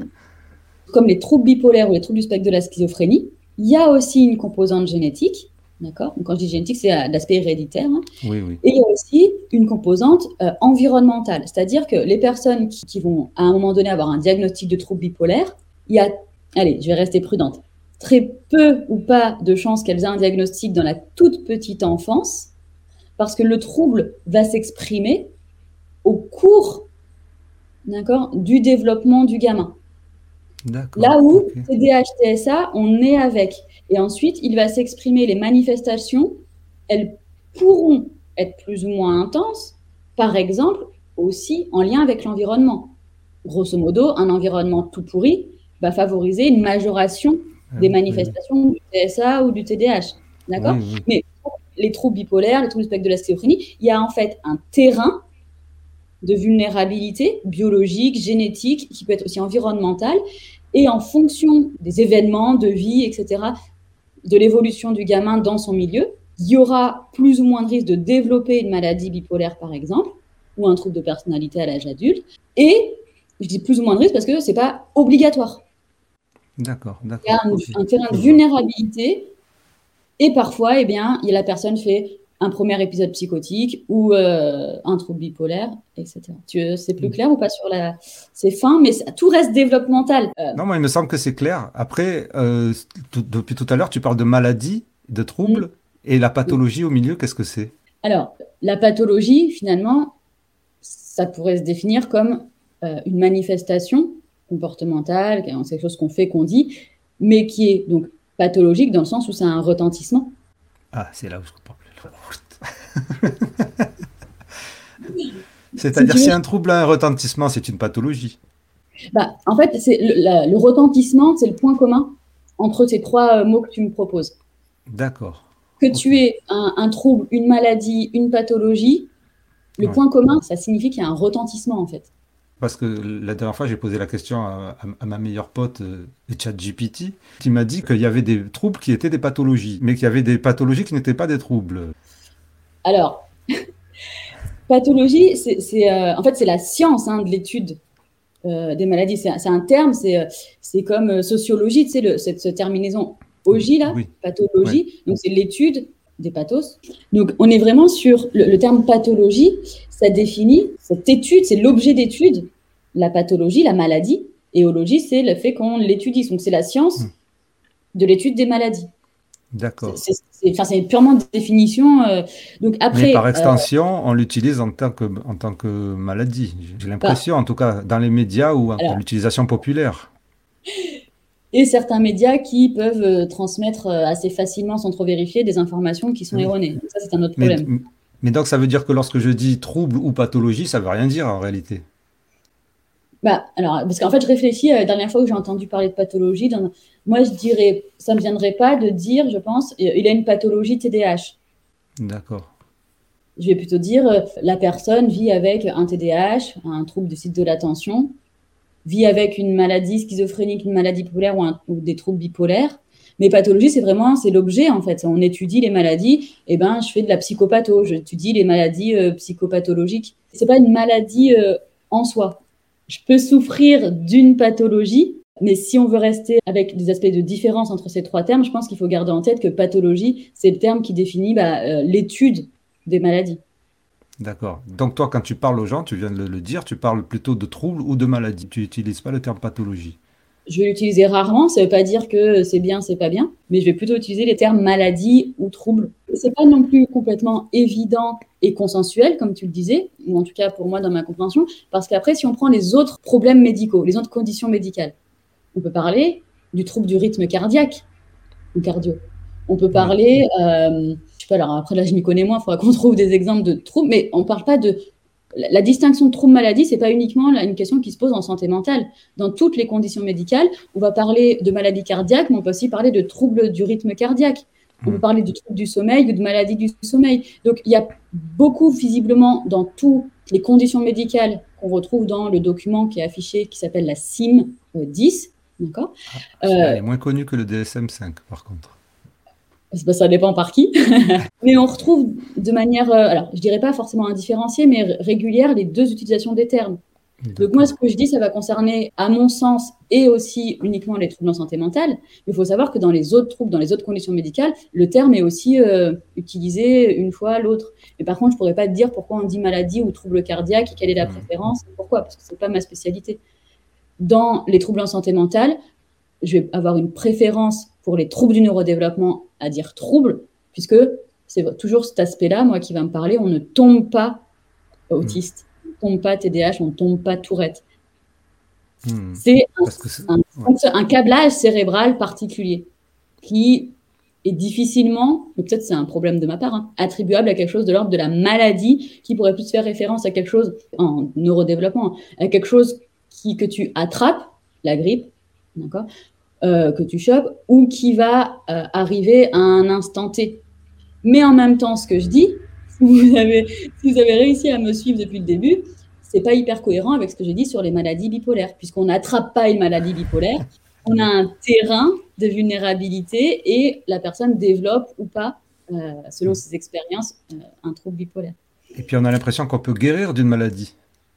Comme les troubles bipolaires ou les troubles du spectre de la schizophrénie, il y a aussi une composante génétique. D'accord? Donc, quand je dis génétique, c'est l'aspect héréditaire. Hein. Oui, oui. Et il y a aussi une composante environnementale. C'est-à-dire que les personnes qui vont, à un moment donné, avoir un diagnostic de trouble bipolaire, il y a, allez, je vais rester prudente, très peu ou pas de chances qu'elles aient un diagnostic dans la toute petite enfance, parce que le trouble va s'exprimer au cours, d'accord, du développement du gamin. D'accord. Là où TDAH, TSA, on est avec. Et ensuite, il va s'exprimer, les manifestations, elles pourront être plus ou moins intenses, par exemple, aussi en lien avec l'environnement. Grosso modo, un environnement tout pourri va favoriser une majoration des manifestations du TSA ou du TDAH. D'accord? Oui, oui. Mais pour les troubles bipolaires, les troubles du spectre de la schizophrénie, il y a en fait un terrain de vulnérabilité biologique, génétique, qui peut être aussi environnementale. Et en fonction des événements de vie, etc., de l'évolution du gamin dans son milieu, il y aura plus ou moins de risque de développer une maladie bipolaire, par exemple, ou un trouble de personnalité à l'âge adulte. Et je dis plus ou moins de risque parce que ce n'est pas obligatoire. D'accord, d'accord. Il y a un terrain de vulnérabilité et parfois, eh bien, la personne fait un premier épisode psychotique ou un trouble bipolaire, etc. C'est plus clair ou pas sur la... C'est fin, mais tout reste développemental. Non, moi, il me semble que c'est clair. Après, depuis tout à l'heure, tu parles de maladie, de troubles, et la pathologie au milieu, qu'est-ce que c'est? Alors, la pathologie, finalement, ça pourrait se définir comme une manifestation comportementale, c'est quelque chose qu'on fait, qu'on dit, mais qui est donc pathologique dans le sens où c'est un retentissement. Ah, c'est là où je comprends plus. C'est-à-dire, si un trouble a un retentissement, c'est une pathologie. Bah, en fait, le retentissement, c'est le point commun entre ces trois mots que tu me proposes. D'accord. Que tu aies un trouble, une maladie, une pathologie, le point commun, ça signifie qu'il y a un retentissement, en fait. Parce que la dernière fois, j'ai posé la question à ma meilleure pote, ChatGPT, qui m'a dit qu'il y avait des troubles qui étaient des pathologies, mais qu'il y avait des pathologies qui n'étaient pas des troubles. Alors, pathologie, en fait, c'est la science de l'étude des maladies. C'est un terme, c'est comme sociologie, tu sais, cette terminaison ogie, là, pathologie. Oui. Donc, c'est l'étude des pathos. Donc, on est vraiment sur le terme pathologie. Ça définit cette étude, c'est l'objet d'étude, la pathologie, la maladie. Et ologie, c'est le fait qu'on l'étudie. Donc, c'est la science de l'étude des maladies. D'accord. C'est purement de définition. Donc après, mais par extension, on l'utilise en tant que maladie. J'ai l'impression, en tout cas, dans les médias ou dans l'utilisation populaire. Et certains médias qui peuvent transmettre assez facilement, sans trop vérifier, des informations qui sont erronées. Donc ça, c'est un autre problème. Mais donc, ça veut dire que lorsque je dis trouble ou pathologie, ça ne veut rien dire en réalité. Alors, parce qu'en fait, je réfléchis, la dernière fois où j'ai entendu parler de pathologie, moi, je dirais, ça ne me viendrait pas de dire, je pense, il a une pathologie TDAH. D'accord. Je vais plutôt dire, la personne vit avec un TDAH, un trouble du cycle de l'attention, vit avec une maladie schizophrénique, une maladie bipolaire ou des troubles bipolaires. Mais pathologie, c'est l'objet, en fait. On étudie les maladies, je fais de la psychopatho, j'étudie les maladies psychopathologiques. Ce n'est pas une maladie en soi. Je peux souffrir d'une pathologie, mais si on veut rester avec des aspects de différence entre ces trois termes, je pense qu'il faut garder en tête que pathologie, c'est le terme qui définit l'étude des maladies. D'accord. Donc toi, quand tu parles aux gens, tu viens de le dire, tu parles plutôt de troubles ou de maladies. Tu n'utilises pas le terme pathologie. Je vais l'utiliser rarement, ça ne veut pas dire que c'est bien, c'est pas bien, mais je vais plutôt utiliser les termes maladie ou trouble. C'est pas non plus complètement évident et consensuel, comme tu le disais, ou en tout cas pour moi dans ma compréhension, parce qu'après, si on prend les autres problèmes médicaux, les autres conditions médicales, on peut parler du trouble du rythme cardiaque ou cardio. On peut parler, je sais pas, alors après là je m'y connais moins, il faudra qu'on trouve des exemples de troubles, mais on ne parle pas de La distinction de trouble-maladie, ce n'est pas uniquement une question qui se pose en santé mentale. Dans toutes les conditions médicales, on va parler de maladie cardiaque, mais on peut aussi parler de troubles du rythme cardiaque. On peut parler de troubles du sommeil ou de maladie du sommeil. Donc, il y a beaucoup, visiblement, dans toutes les conditions médicales qu'on retrouve dans le document qui est affiché, qui s'appelle la CIM 10. D'accord. Elle est moins connue que le DSM-5, par contre. Ça dépend par qui. Mais on retrouve de manière, alors je dirais pas forcément indifférenciée, mais régulière, les deux utilisations des termes. Donc moi, ce que je dis, ça va concerner, à mon sens, et aussi uniquement les troubles en santé mentale. Mais il faut savoir que dans les autres troubles, dans les autres conditions médicales, le terme est aussi utilisé une fois à l'autre. Mais par contre, je pourrais pas te dire pourquoi on dit maladie ou trouble cardiaque, quelle est la préférence, pourquoi, parce que c'est pas ma spécialité. Dans les troubles en santé mentale, je vais avoir une préférence pour les troubles du neurodéveloppement à dire troubles, puisque c'est toujours cet aspect-là, moi, qui va me parler. On ne tombe pas autiste, on ne tombe pas TDAH, on ne tombe pas Tourette. C'est un câblage cérébral particulier qui est difficilement, mais peut-être c'est un problème de ma part, attribuable à quelque chose de l'ordre de la maladie, qui pourrait plus faire référence à quelque chose en neurodéveloppement, à quelque chose que tu attrapes, la grippe, d'accord, que tu chopes, ou qui va arriver à un instant T. Mais en même temps, ce que je dis, si vous avez réussi à me suivre depuis le début, c'est pas hyper cohérent avec ce que j'ai dit sur les maladies bipolaires, puisqu'on n'attrape pas une maladie bipolaire, on a un terrain de vulnérabilité et la personne développe ou pas, selon ses expériences, un trouble bipolaire. Et puis on a l'impression qu'on peut guérir d'une maladie.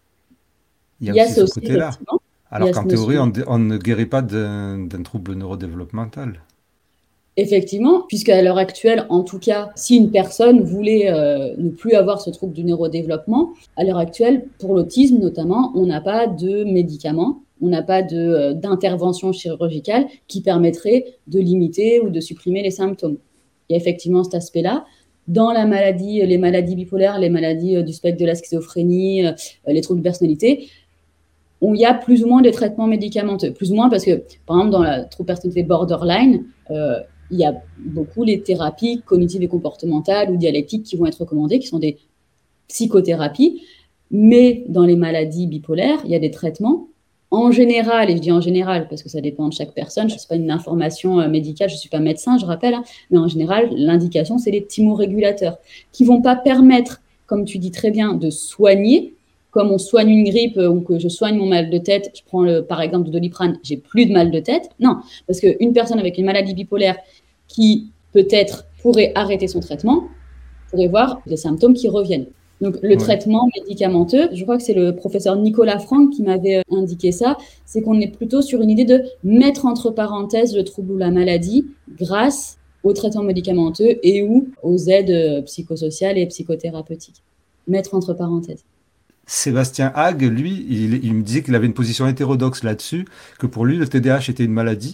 Il y a aussi ce côté-là. Alors qu'en théorie, on ne guérit pas d'un trouble neurodéveloppemental. Effectivement, puisqu'à l'heure actuelle, en tout cas, si une personne voulait ne plus avoir ce trouble du neurodéveloppement, à l'heure actuelle, pour l'autisme notamment, on n'a pas de médicaments, on n'a pas d'intervention chirurgicale qui permettrait de limiter ou de supprimer les symptômes. Il y a effectivement cet aspect-là. Dans les maladies bipolaires, les maladies du spectre de la schizophrénie, les troubles de personnalité, il y a plus ou moins des traitements médicamenteux. Plus ou moins parce que, par exemple, dans la trouble de personnalité borderline, il y a beaucoup les thérapies cognitives et comportementales ou dialectiques qui vont être recommandées, qui sont des psychothérapies. Mais dans les maladies bipolaires, il y a des traitements. En général, et je dis en général parce que ça dépend de chaque personne, je ne sais pas une information médicale, je ne suis pas médecin, je rappelle, mais en général, l'indication, c'est les thymorégulateurs qui ne vont pas permettre, comme tu dis très bien, de soigner. Comme on soigne une grippe ou que je soigne mon mal de tête, je prends par exemple de Doliprane, j'ai plus de mal de tête. Non, parce qu'une personne avec une maladie bipolaire qui peut-être pourrait arrêter son traitement, pourrait voir des symptômes qui reviennent. Donc le traitement médicamenteux, je crois que c'est le professeur Nicolas Franck qui m'avait indiqué ça, c'est qu'on est plutôt sur une idée de mettre entre parenthèses le trouble ou la maladie grâce au traitement médicamenteux et ou aux aides psychosociales et psychothérapeutiques. Mettre entre parenthèses. Sébastien Hague, lui, il me disait qu'il avait une position hétérodoxe là-dessus, que pour lui, le TDAH était une maladie,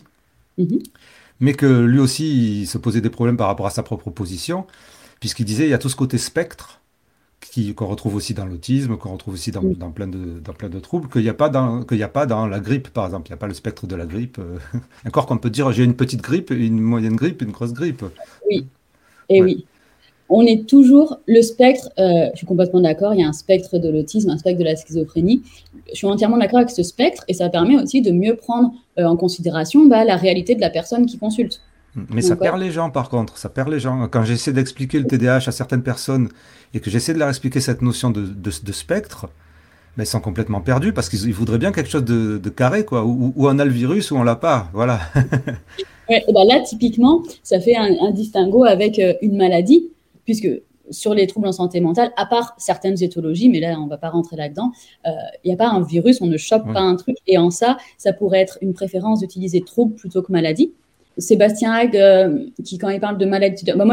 mais que lui aussi, il se posait des problèmes par rapport à sa propre position, puisqu'il disait il y a tout ce côté spectre, qu'on retrouve aussi dans l'autisme, qu'on retrouve aussi dans plein de troubles, qu'il n'y a pas dans la grippe, par exemple. Il n'y a pas le spectre de la grippe. Encore qu'on peut dire j'ai une petite grippe, une moyenne grippe, une grosse grippe. Oui, et oui. On est toujours le spectre, je suis complètement d'accord, il y a un spectre de l'autisme, un spectre de la schizophrénie. Je suis entièrement d'accord avec ce spectre et ça permet aussi de mieux prendre en considération la réalité de la personne qui consulte. Mais ça perd les gens par contre, ça perd les gens. Quand j'essaie d'expliquer le TDAH à certaines personnes et que j'essaie de leur expliquer cette notion de spectre, mais ils sont complètement perdus parce qu'ils voudraient bien quelque chose de carré, quoi, où on a le virus ou on l'a pas, voilà. Ouais, et là, typiquement, ça fait un distinguo avec une maladie, puisque sur les troubles en santé mentale, à part certaines éthologies, mais là, on ne va pas rentrer là-dedans, il n'y a pas un virus, on ne chope pas un truc. Et en ça pourrait être une préférence d'utiliser trouble plutôt que maladie. Sébastien Hague, qui, quand il parle de maladie, moi,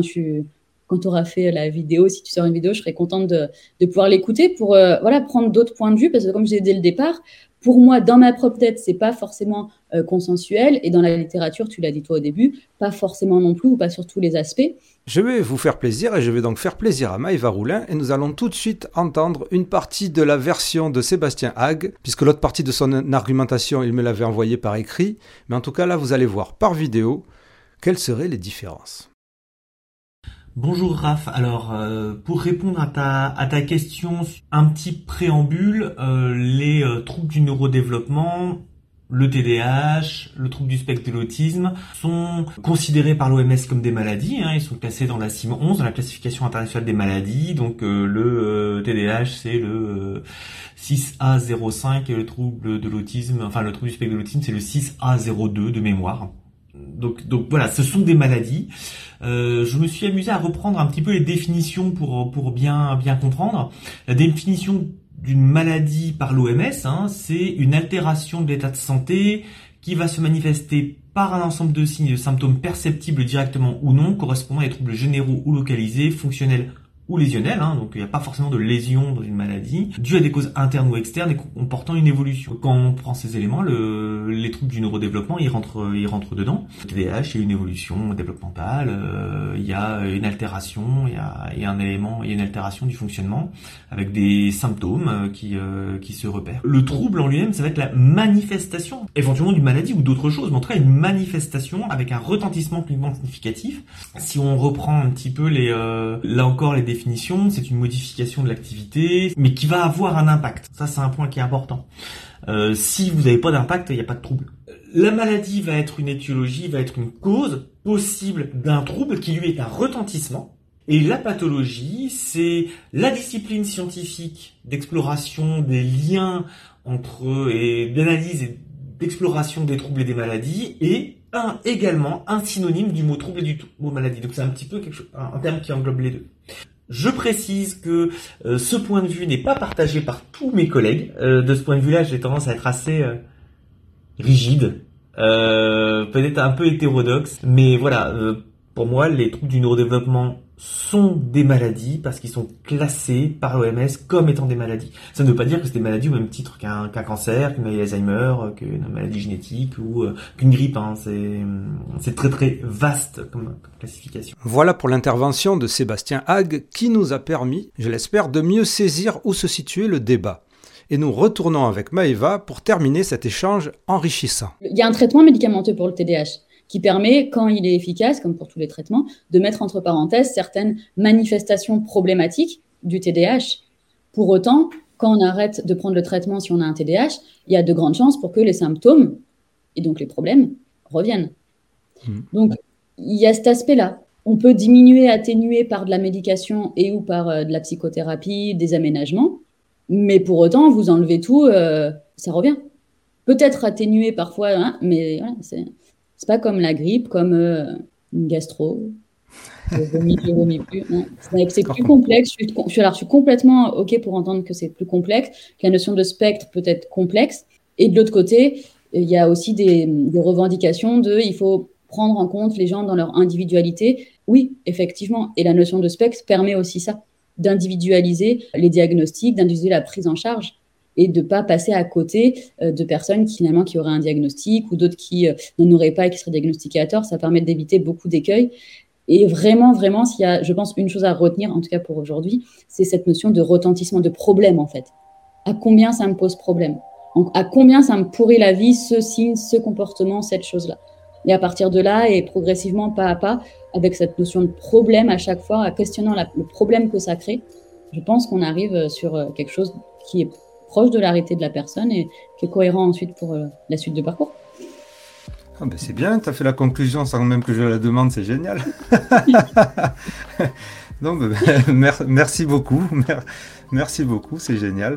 quand tu auras fait la vidéo, si tu sors une vidéo, je serais contente de pouvoir l'écouter pour prendre d'autres points de vue, parce que comme je disais dès le départ, pour moi, dans ma propre tête, c'est pas forcément consensuel, et dans la littérature, tu l'as dit toi au début, pas forcément non plus, ou pas sur tous les aspects. Je vais vous faire plaisir, et je vais donc faire plaisir à Maëva Roulin, et nous allons tout de suite entendre une partie de la version de Sébastien Hague, puisque l'autre partie de son argumentation, il me l'avait envoyée par écrit, mais en tout cas là, vous allez voir par vidéo quelles seraient les différences. Bonjour Raph, alors pour répondre à ta question, un petit préambule, les troubles du neurodéveloppement, le TDAH, le trouble du spectre de l'autisme sont considérés par l'OMS comme des maladies, ils sont classés dans la CIM 11, dans la classification internationale des maladies, donc le TDAH c'est le 6A05 et le trouble de l'autisme, enfin le trouble du spectre de l'autisme c'est le 6A02 de mémoire. Donc voilà, ce sont des maladies. Je me suis amusé à reprendre un petit peu les définitions pour bien comprendre. La définition d'une maladie par l'OMS, c'est une altération de l'état de santé qui va se manifester par un ensemble de signes et de symptômes perceptibles directement ou non, correspondant à des troubles généraux ou localisés, fonctionnels ou lésionnels, donc il n'y a pas forcément de lésion dans une maladie, due à des causes internes ou externes et comportant une évolution. Quand on prend ces éléments, les troubles du neurodéveloppement, ils rentrent dedans. Le TDAH, il y a une évolution développementale, il y a une altération, il y a une altération du fonctionnement, avec des symptômes qui se repèrent. Le trouble en lui-même, ça va être la manifestation, éventuellement d'une maladie ou d'autres choses, mais en tout cas une manifestation avec un retentissement cliniquement significatif. Si on reprend un petit peu là encore les définitions, c'est une modification de l'activité, mais qui va avoir un impact. Ça, c'est un point qui est important. Si vous n'avez pas d'impact, il n'y a pas de trouble. La maladie va être une étiologie, va être une cause possible d'un trouble qui lui est un retentissement. Et la pathologie, c'est la discipline scientifique d'exploration des liens entre et d'analyse et d'exploration des troubles et des maladies, et également un synonyme du mot trouble et du mot maladie. Donc c'est un petit peu un terme qui englobe les deux. Je précise que ce point de vue n'est pas partagé par tous mes collègues. De ce point de vue-là, j'ai tendance à être assez rigide, peut-être un peu hétérodoxe, mais voilà, pour moi, les troubles du neurodéveloppement sont des maladies parce qu'ils sont classés par l'OMS comme étant des maladies. Ça ne veut pas dire que c'est des maladies au même titre qu'un cancer, qu'une maladie d'Alzheimer, qu'une maladie génétique ou qu'une grippe. C'est très très vaste comme classification. Voilà pour l'intervention de Sébastien Hague qui nous a permis, je l'espère, de mieux saisir où se situait le débat. Et nous retournons avec Maëva pour terminer cet échange enrichissant. Il y a un traitement médicamenteux pour le TDAH qui permet, quand il est efficace, comme pour tous les traitements, de mettre entre parenthèses certaines manifestations problématiques du TDAH. Pour autant, quand on arrête de prendre le traitement si on a un TDAH, il y a de grandes chances pour que les symptômes, et donc les problèmes, reviennent. Donc, il y a cet aspect-là. On peut diminuer, atténuer par de la médication et ou par de la psychothérapie, des aménagements, mais pour autant, vous enlevez tout, ça revient. Peut-être atténuer parfois, mais voilà, c'est pas comme la grippe, comme une gastro. Je vomis plus. Non. C'est plus complexe. Je suis complètement OK pour entendre que c'est plus complexe, que la notion de spectre peut être complexe. Et de l'autre côté, il y a aussi des revendications il faut prendre en compte les gens dans leur individualité. Oui, effectivement. Et la notion de spectre permet aussi ça, d'individualiser les diagnostics, d'individualiser la prise en charge et de ne pas passer à côté de personnes qui auraient un diagnostic ou d'autres qui n'en auraient pas et qui seraient diagnostiquées à tort. Ça permet d'éviter beaucoup d'écueils. Et vraiment, s'il y a, je pense, une chose à retenir, en tout cas pour aujourd'hui, c'est cette notion de retentissement, de problème, en fait. À combien ça me pose problème ? À combien ça me pourrit la vie, ce signe, ce comportement, cette chose-là ? Et à partir de là, et progressivement, pas à pas, avec cette notion de problème à chaque fois, en questionnant le problème que ça crée, je pense qu'on arrive sur quelque chose qui est proche de l'arrêté de la personne et qui est cohérent ensuite pour la suite de parcours. Ah ben c'est bien, tu as fait la conclusion sans même que je la demande, c'est génial. Donc, merci beaucoup, c'est génial.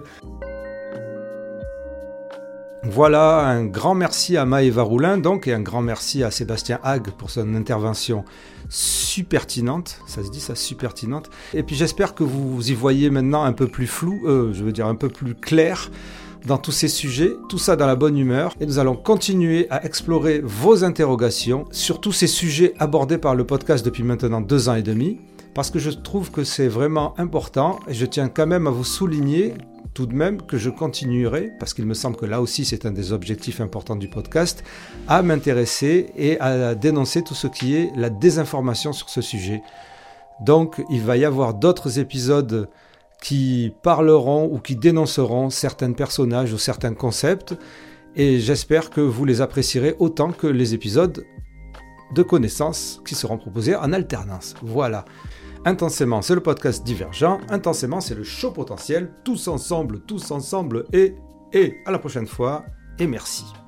Voilà, un grand merci à Maëva Roulin donc, et un grand merci à Sébastien Hague pour son intervention super pertinente, ça se dit ça, super pertinente. Et puis j'espère que vous y voyez maintenant un peu plus flou, un peu plus clair dans tous ces sujets, tout ça dans la bonne humeur. Et nous allons continuer à explorer vos interrogations sur tous ces sujets abordés par le podcast depuis maintenant 2 ans et demi, parce que je trouve que c'est vraiment important et je tiens quand même à vous souligner tout de même que je continuerai, parce qu'il me semble que là aussi c'est un des objectifs importants du podcast, à m'intéresser et à dénoncer tout ce qui est la désinformation sur ce sujet. Donc il va y avoir d'autres épisodes qui parleront ou qui dénonceront certains personnages ou certains concepts, et j'espère que vous les apprécierez autant que les épisodes de connaissances qui seront proposés en alternance. Voilà. Intensément, c'est le podcast Divergent. Intensément, c'est le show potentiel. Tous ensemble et à la prochaine fois. Et merci.